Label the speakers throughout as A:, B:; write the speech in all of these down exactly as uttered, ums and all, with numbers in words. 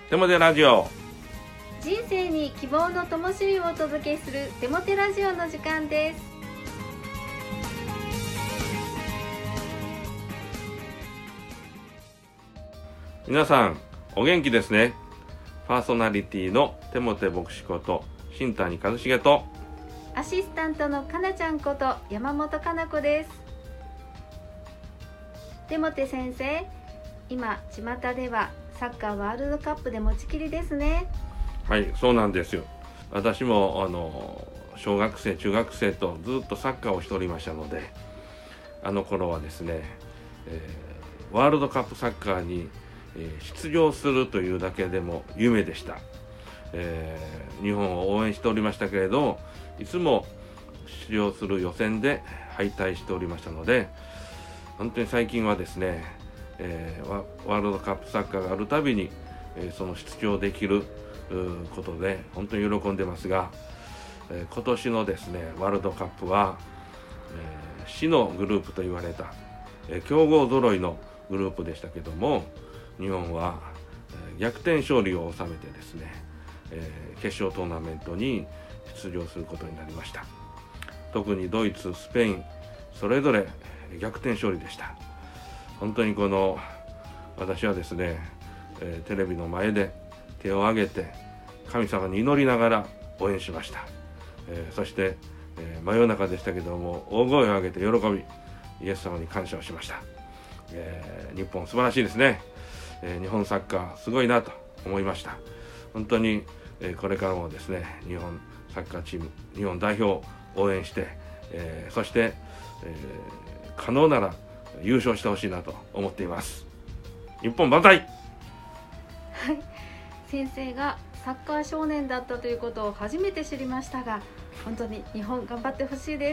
A: テモテラジオ。
B: 人生に希望の灯火をお届けするテモテラジオの時間です。
A: 皆さんお元気ですね。パーソナリティのテモテ牧師こと新谷和重と、
B: アシスタントのかなちゃんこと山本かな子です。テモテ先生、今巷ではサッカーワールドカップで持ちきりですね。
A: はい、そうなんですよ。私もあの小学生中学生とずっとサッカーをしておりましたので、あの頃はですね、えー、ワールドカップサッカーに、えー、出場するというだけでも夢でした。えー、日本を応援しておりましたけれど、いつも出場する予選で敗退しておりましたので、本当に最近はですね、えー、ワ, ワールドカップサッカーがあるたびに、えー、その出場できることで本当に喜んでますが、えー、今年のですねワールドカップは、えー、死のグループと言われた、えー、強豪揃いのグループでしたけども、日本は、えー、逆転勝利を収めてですね、えー、決勝トーナメントに出場することになりました。特にドイツ、スペインそれぞれ逆転勝利でした。本当にこの私はですね、えー、テレビの前で手を挙げて神様に祈りながら応援しました。えー、そして、えー、真夜中でしたけども大声を上げて喜びイエス様に感謝をしました。えー、日本素晴らしいですね。えー、日本サッカーすごいなと思いました。本当に、えー、これからもですね日本サッカーチーム日本代表を応援して、えー、そして、えー、可能なら優勝してほしいなと思っています。日本万歳。
B: はい、先生がサッカー少年だったということを初めて知りましたが、本当に日本頑張ってほしいです。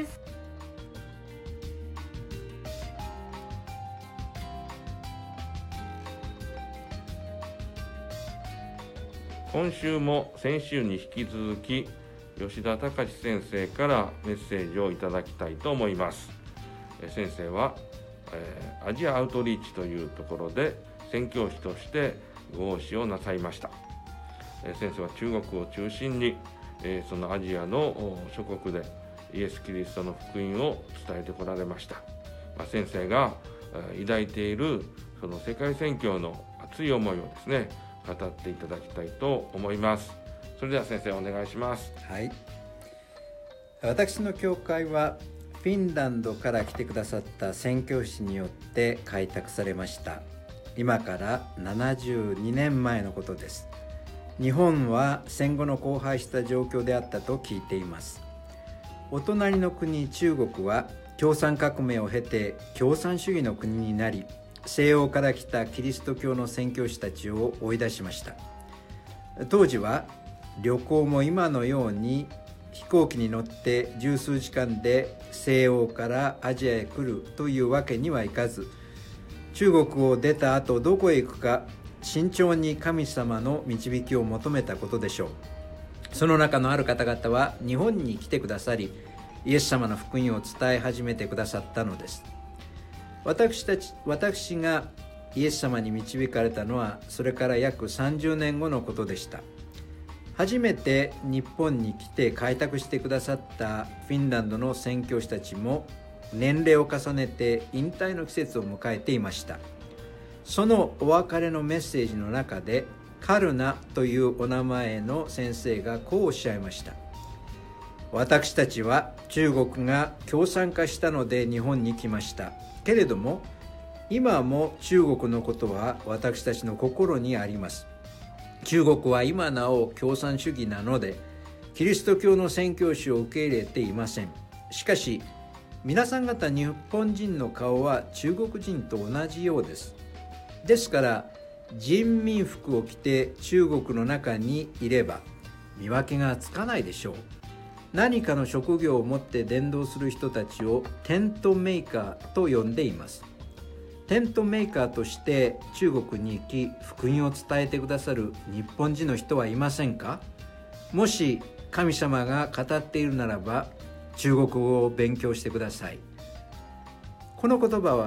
A: 今週も先週に引き続き吉田隆先生からメッセージをいただきたいと思います。先生は、えー、アジアアウトリーチというところで宣教師としてご奉仕をなさいました。えー、先生は中国を中心に、えー、そのアジアの諸国でイエス・キリストの福音を伝えてこられました。まあ、先生が、えー、抱いているその世界宣教の熱い思いをですね語っていただきたいと思います。それでは先生お願いします。
C: はい、私の教会はフィンランドから来てくださった宣教師によって開拓されました。今からななじゅうにねんまえのことです。日本は戦後の荒廃した状況であったと聞いています。お隣の国中国は共産革命を経て共産主義の国になり、西欧から来たキリスト教の宣教師たちを追い出しました。当時は旅行も今のように飛行機に乗って十数時間で西欧からアジアへ来るというわけにはいかず、中国を出た後どこへ行くか慎重に神様の導きを求めたことでしょう。その中のある方々は日本に来てくださり、イエス様の福音を伝え始めてくださったのです。私たち私がイエス様に導かれたのはそれから約さんじゅうねんごのことでした。初めて日本に来て開拓してくださったフィンランドの宣教師たちも年齢を重ねて引退の季節を迎えていました。そのお別れのメッセージの中でカルナというお名前の先生がこうおっしゃいました。私たちは中国が共産化したので日本に来ました。けれども今も中国のことは私たちの心にあります。中国は今なお共産主義なのでキリスト教の宣教師を受け入れていません。しかし皆さん方日本人の顔は中国人と同じようです。ですから人民服を着て中国の中にいれば見分けがつかないでしょう。何かの職業を持って伝道する人たちをテントメーカーと呼んでいます。テントメーカーとして中国に行き福音を伝えてくださる日本人の人はいませんか？もし神様が語っているならば中国語を勉強してください。この言葉は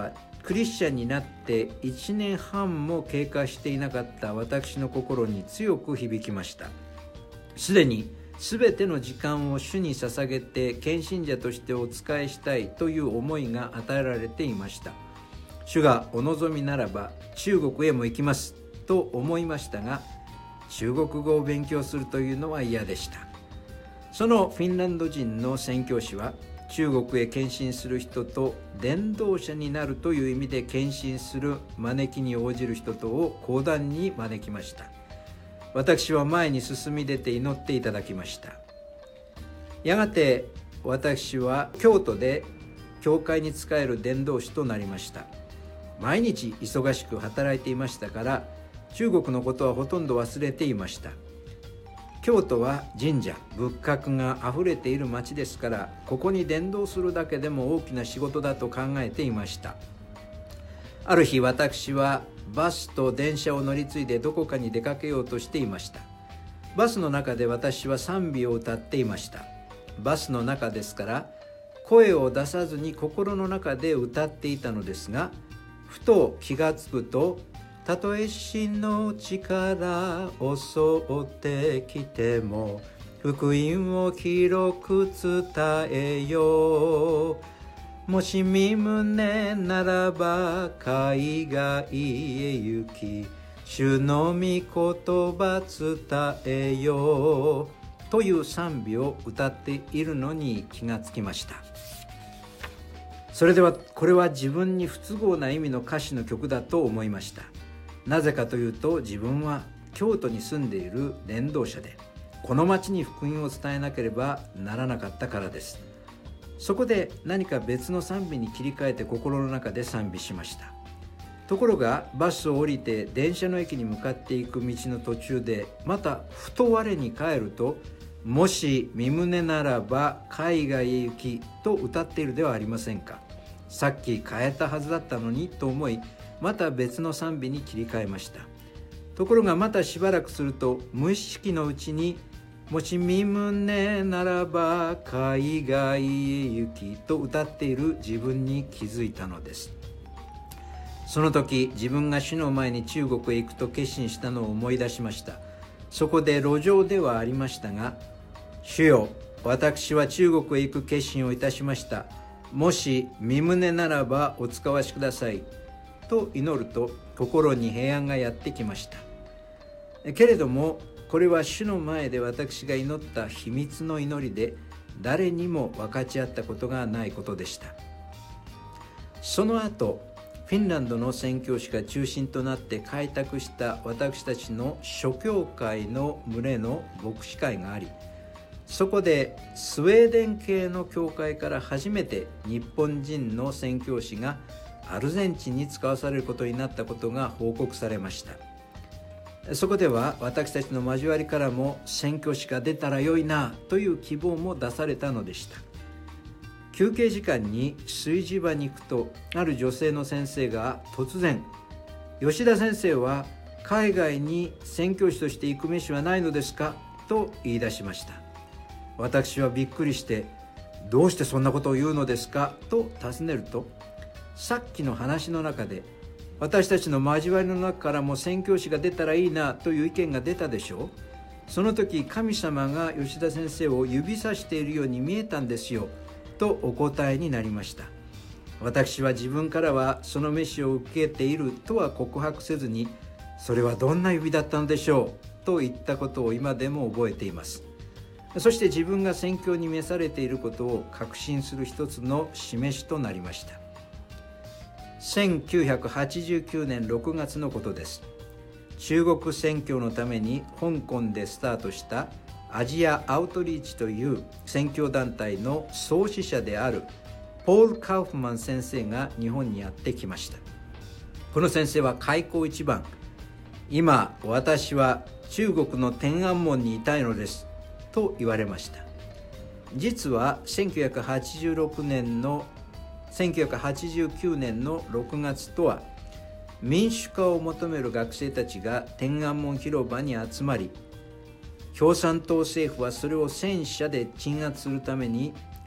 C: クリスチャンになっていちねんはんも経過していなかった私の心に強く響きました。すでにすべての時間を主に捧げて献身者としてお仕えしたいという思いが与えられていました。主がお望みならば中国へも行きますと思いましたが、中国語を勉強するというのは嫌でした。そのフィンランド人の宣教師は、中国へ献身する人と伝道者になるという意味で献身する招きに応じる人とを講談に招きました。私は前に進み出て祈っていただきました。やがて私は京都で教会に仕える伝道師となりました。毎日忙しく働いていましたから、中国のことはほとんど忘れていました。京都は神社仏閣があふれている町ですから、ここに伝道するだけでも大きな仕事だと考えていました。ある日、私はバスと電車を乗り継いでどこかに出かけようとしていました。バスの中で私は賛美を歌っていました。バスの中ですから声を出さずに心の中で歌っていたのですが、ふと気がつくと、たとえ死の力襲ってきても福音を広く伝えよう。もし身胸ならば海外へ行き、主の御言葉伝えようという賛美を歌っているのに気がつきました。それではこれは自分に不都合な意味の歌詞の曲だと思いました。なぜかというと、自分は京都に住んでいる伝道者で、この町に福音を伝えなければならなかったからです。そこで何か別の賛美に切り替えて心の中で賛美しました。ところがバスを降りて電車の駅に向かっていく道の途中で、またふと我に返ると、もし身胸ならば海外へ行きと歌っているではありませんか。さっき変えたはずだったのにと思い、また別の賛美に切り替えました。ところがまたしばらくすると、無意識のうちに、もし身胸ならば海外へ行きと歌っている自分に気づいたのです。その時、自分が主の前に中国へ行くと決心したのを思い出しました。そこで路上ではありましたが、主よ、私は中国へ行く決心をいたしました。もし身胸ならばお使わしください。と祈ると、心に平安がやってきました。けれども、これは主の前で私が祈った秘密の祈りで、誰にも分かち合ったことがないことでした。その後、フィンランドの宣教師が中心となって開拓した私たちの諸教会の群れの牧師会があり、そこでスウェーデン系の教会から初めて日本人の宣教師がアルゼンチンに使わされることになったことが報告されました。そこでは私たちの交わりからも宣教師が出たらよいなという希望も出されたのでした。休憩時間に炊事場に行くと、ある女性の先生が突然、吉田先生は海外に宣教師として行く飯はないのですかと言い出しました。私はびっくりして、どうしてそんなことを言うのですかと尋ねると、さっきの話の中で、私たちの交わりの中からも宣教師が出たらいいなという意見が出たでしょう。その時、神様が吉田先生を指さしているように見えたんですよとお答えになりました。私は自分からはその飯を受けているとは告白せずに、それはどんな指だったのでしょうと言ったことを今でも覚えています。そして自分が宣教に召されていることを確信する一つの示しとなりました。せんきゅうひゃくはちじゅうきゅうねんろくがつのことです。中国宣教のために香港でスタートしたアジアアウトリーチという宣教団体の創始者であるポール・カウフマン先生が日本にやってきました。この先生は開口一番、今私は中国の天安門にいたいのですと言われました。実はせんきゅうひゃくはちじゅうろくねんのせんきゅうひゃくはちじゅうきゅうねんのろくがつとは、民主化を求める学生たちが天安門広場に集まり、共産党政府はそれを戦車で鎮圧するために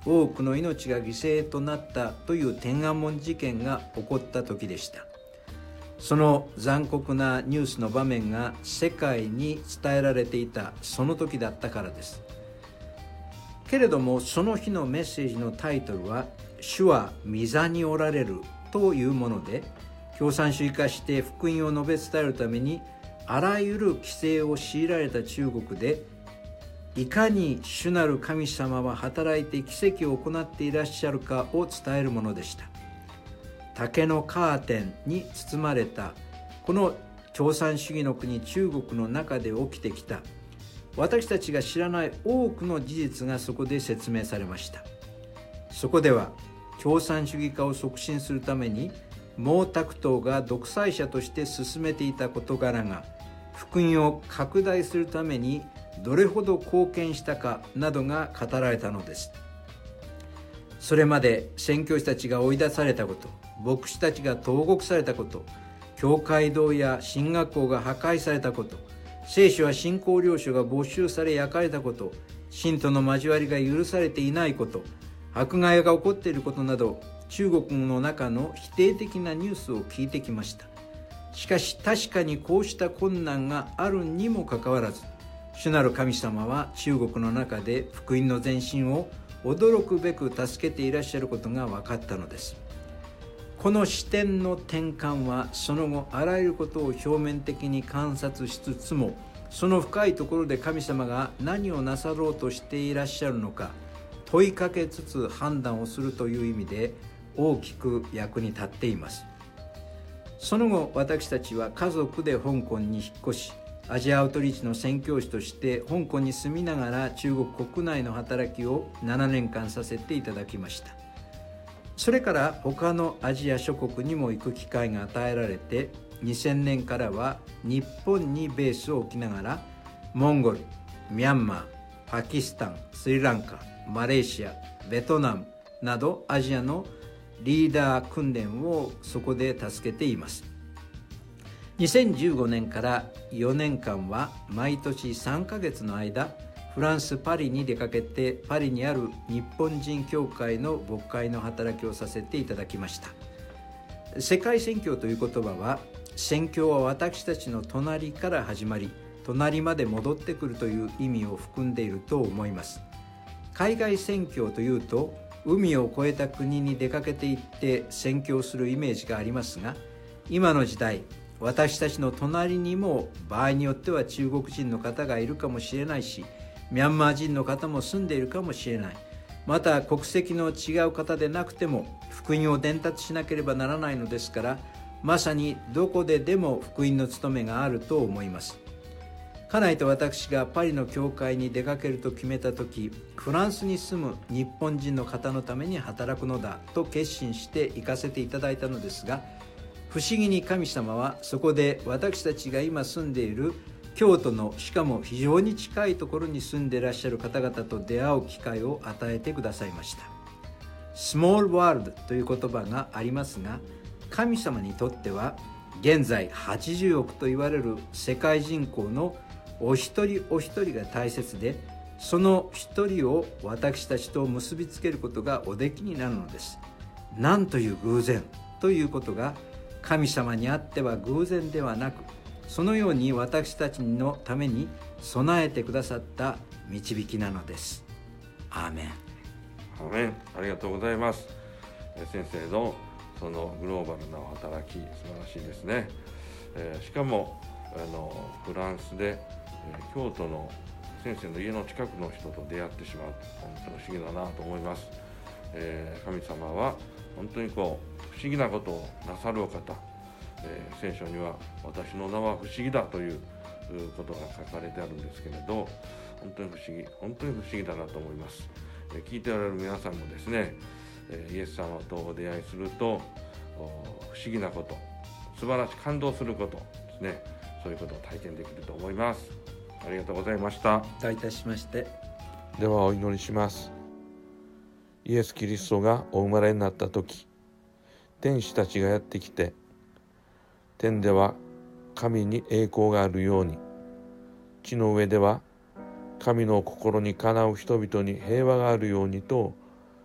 C: 多くの命が犠牲となったという天安門事件が起こった時でした。その残酷なニュースの場面が世界に伝えられていたその時だったからです。けれどもその日のメッセージのタイトルは主は御座におられるというもので、共産主義化して福音を述べ伝えるためにあらゆる規制を強いられた中国で、いかに主なる神様は働いて奇跡を行っていらっしゃるかを伝えるものでした。竹のカーテンに包まれたこの共産主義の国中国の中で起きてきた私たちが知らない多くの事実がそこで説明されました。そこでは共産主義化を促進するために毛沢東が独裁者として進めていた事柄が福音を拡大するためにどれほど貢献したかなどが語られたのです。それまで宣教師たちが追い出されたこと、牧師たちが投獄されたこと、教会堂や神学校が破壊されたこと、聖書や信仰領書が没収され焼かれたこと、信徒の交わりが許されていないこと、迫害が起こっていることなど、中国の中の否定的なニュースを聞いてきました。しかし確かにこうした困難があるにもかかわらず、主なる神様は中国の中で福音の前進を驚くべく助けていらっしゃることが分かったのです。この視点の転換はその後あらゆることを表面的に観察しつつも、その深いところで神様が何をなさろうとしていらっしゃるのか問いかけつつ判断をするという意味で大きく役に立っています。その後私たちは家族で香港に引っ越し、アジアアウトリーチの宣教師として香港に住みながら中国国内の働きをななねんかんさせていただきました。それから他のアジア諸国にも行く機会が与えられて、にせんねんからは日本にベースを置きながらモンゴル、ミャンマー、パキスタン、スリランカ、マレーシア、ベトナムなどアジアのリーダー訓練をそこで助けています。にせんじゅうごねんからよねんかんは毎年さんかげつの間、フランス・パリに出かけて、パリにある日本人教会の牧会の働きをさせていただきました。世界宣教という言葉は、宣教は私たちの隣から始まり、隣まで戻ってくるという意味を含んでいると思います。海外宣教というと、海を越えた国に出かけていって宣教するイメージがありますが、今の時代、私たちの隣にも場合によっては中国人の方がいるかもしれないし、ミャンマー人の方も住んでいるかもしれない。また国籍の違う方でなくても福音を伝達しなければならないのですから、まさにどこででも福音の務めがあると思います。家内と私がパリの教会に出かけると決めたとき、フランスに住む日本人の方のために働くのだと決心して行かせていただいたのですが、不思議に神様はそこで私たちが今住んでいる京都の、しかも非常に近いところに住んでいらっしゃる方々と出会う機会を与えてくださいました。スモールワールドという言葉がありますが、神様にとっては現在はちじゅうおくと言われる世界人口のお一人お一人が大切で、その一人を私たちと結びつけることがおできになるのです。なんという偶然ということが、神様にあっては偶然ではなく、そのように私たちのために備えてくださった導きなのです。アーメン。
A: アーメン。ありがとうございます。先生のそのグローバルな働き、素晴らしいですね。えー、しかもあのフランスで、えー、京都の先生の家の近くの人と出会ってしまう、本当に不思議だなと思います。えー、神様は本当にこう不思議なことをなさるお方、えー、聖書には私の名は不思議だということが書かれてあるんですけれど、本当に不思議、本当に不思議だなと思います。えー、聞いておられる皆さんもですね、えー、イエス様とお出会いすると不思議なこと、素晴らしい感動することですね、そういうことを体験できると思います。ありがとうございました。
C: どういたしまして。
A: ではお祈りします。イエス・キリストがお生まれになった時、天使たちがやってきて、天では神に栄光があるように、地の上では神の心にかなう人々に平和があるようにと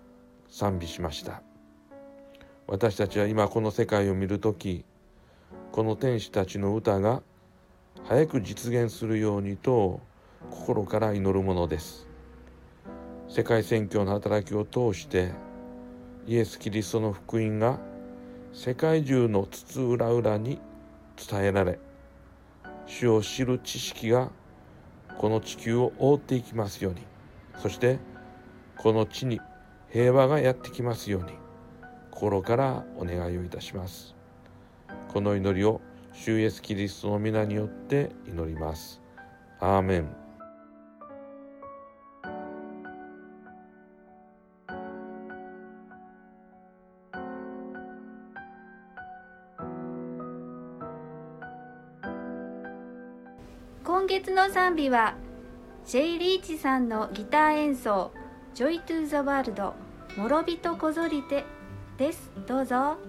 A: 賛美しました。私たちは今この世界を見るとき、この天使たちの歌が早く実現するようにと心から祈るものです。世界宣教の働きを通してイエス・キリストの福音が世界中の津々浦々に伝えられ、主を知る知識がこの地球を覆っていきますように、そしてこの地に平和がやってきますように心からお願いをいたします。この祈りを主イエスキリストの皆によって祈ります。アーメン。
B: 今月の賛美はシェイ・リーチさんのギター演奏ジョイ・トゥ・ザ・ワールド諸人こぞりてです。どうぞ。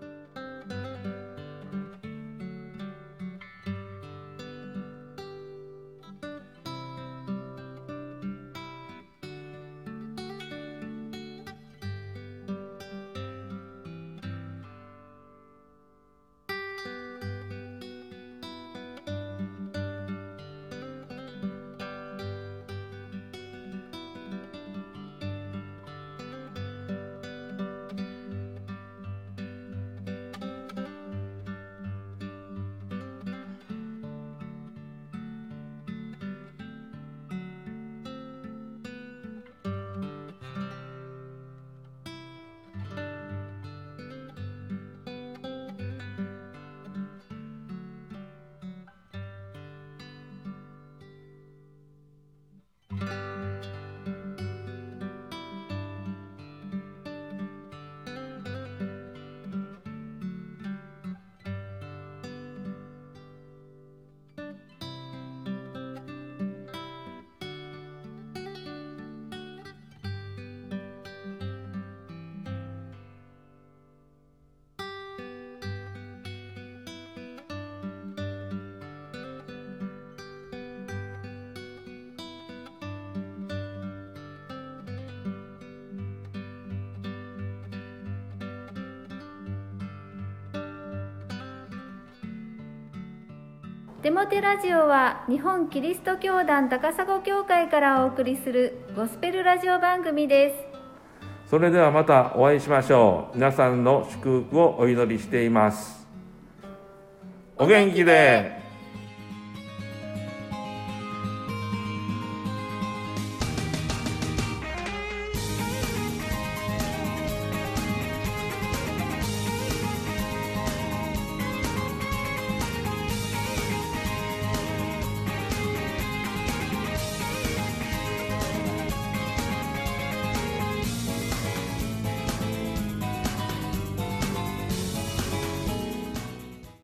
B: デモテラジオは日本キリスト教団高砂教会からお送りするゴスペルラジオ番組です。
A: それではまたお会いしましょう。皆さんの祝福をお祈りしています。お元気で。